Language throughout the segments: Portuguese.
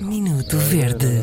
Minuto Verde.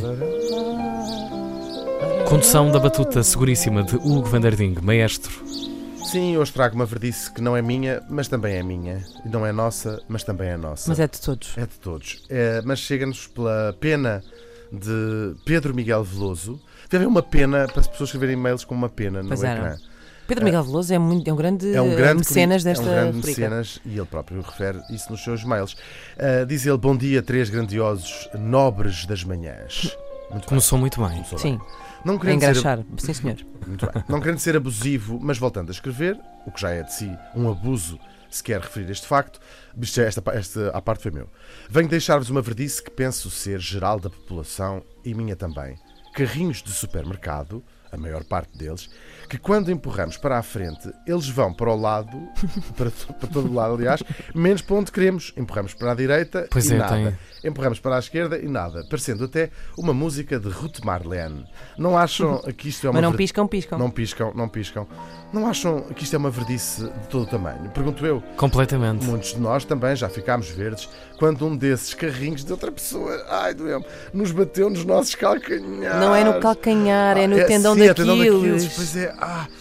Condução da batuta seguríssima de Hugo van der Ding, maestro. Sim, hoje trago uma verdice que não é minha, mas também é minha. E não é nossa, mas também é nossa. Mas é de todos. É de todos. Mas chega-nos pela pena de Pedro Miguel Veloso. Deve haver uma pena para as pessoas escreverem e-mails com uma pena no ecrã. Pedro Miguel Veloso é um grande mecenas desta mecenas, e ele próprio refere isso nos seus mails. Diz ele: bom dia, três grandiosos nobres das manhãs. Começou muito bem. Começou Sim. bem. Não É querendo engraxar. Sim, senhor. Muito bem. Não querendo ser abusivo, mas voltando a escrever, o que já é de si um abuso, se quer referir este facto, esta à parte foi meu. Venho deixar-vos uma verdice que penso ser geral da população e minha também. Carrinhos de supermercado, a maior parte deles, que quando empurramos para a frente, eles vão para o lado, para todo o lado, aliás, menos para onde queremos. Empurramos para a direita e nada. Empurramos para a esquerda e nada. Parecendo até uma música de Ruth Marlene. Não acham que isto é uma... Mas não piscam. Não piscam. Não acham que isto é uma verdice de todo o tamanho? Pergunto eu. Completamente. Muitos de nós também já ficámos verdes quando um desses carrinhos de outra pessoa, ai, doeu-me, nos bateu nos nossos calcanhares. Não é no calcanhar, é no tendão daqueles. Pois é,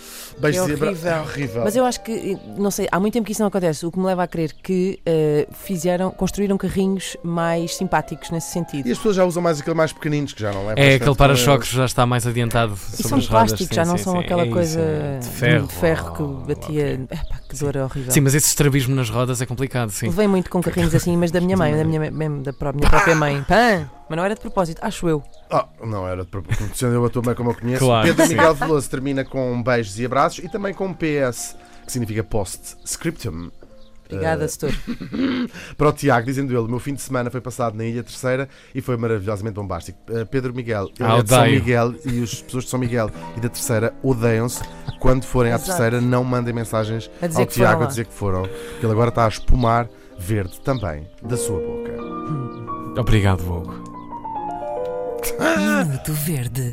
É horrível. Mas eu acho que, não sei, há muito tempo que isso não acontece, o que me leva a crer que construíram carrinhos mais simpáticos nesse sentido. E as pessoas já usam mais aquele mais pequeninos, que já não é. É, aquele para-choques já está mais adiantado e sobre são as rodas. plásticos, já não são aquela coisa de ferro que batia. Okay. Que dor horrível. Sim, mas esse estrabismo nas rodas é complicado, sim. Levei muito com carrinhos assim, mas da minha mãe, da minha própria mãe. Pã! Mas não era de propósito, acho eu. Não era de propósito. Conhecendo eu a tua mãe como eu conheço. Claro, Pedro sim. Miguel Veloso termina com beijos e abraços e também com um PS, que significa post-scriptum. Obrigada, setor. Para o Tiago, dizendo ele: o meu fim de semana foi passado na Ilha Terceira e foi maravilhosamente bombástico. Pedro Miguel, ele é de São Miguel e as pessoas de São Miguel e da Terceira odeiam-se. Quando forem à Terceira, não mandem mensagens ao Tiago a dizer que foram, que ele agora está a espumar verde também da sua boca. Obrigado, Hugo. Minuto Verde.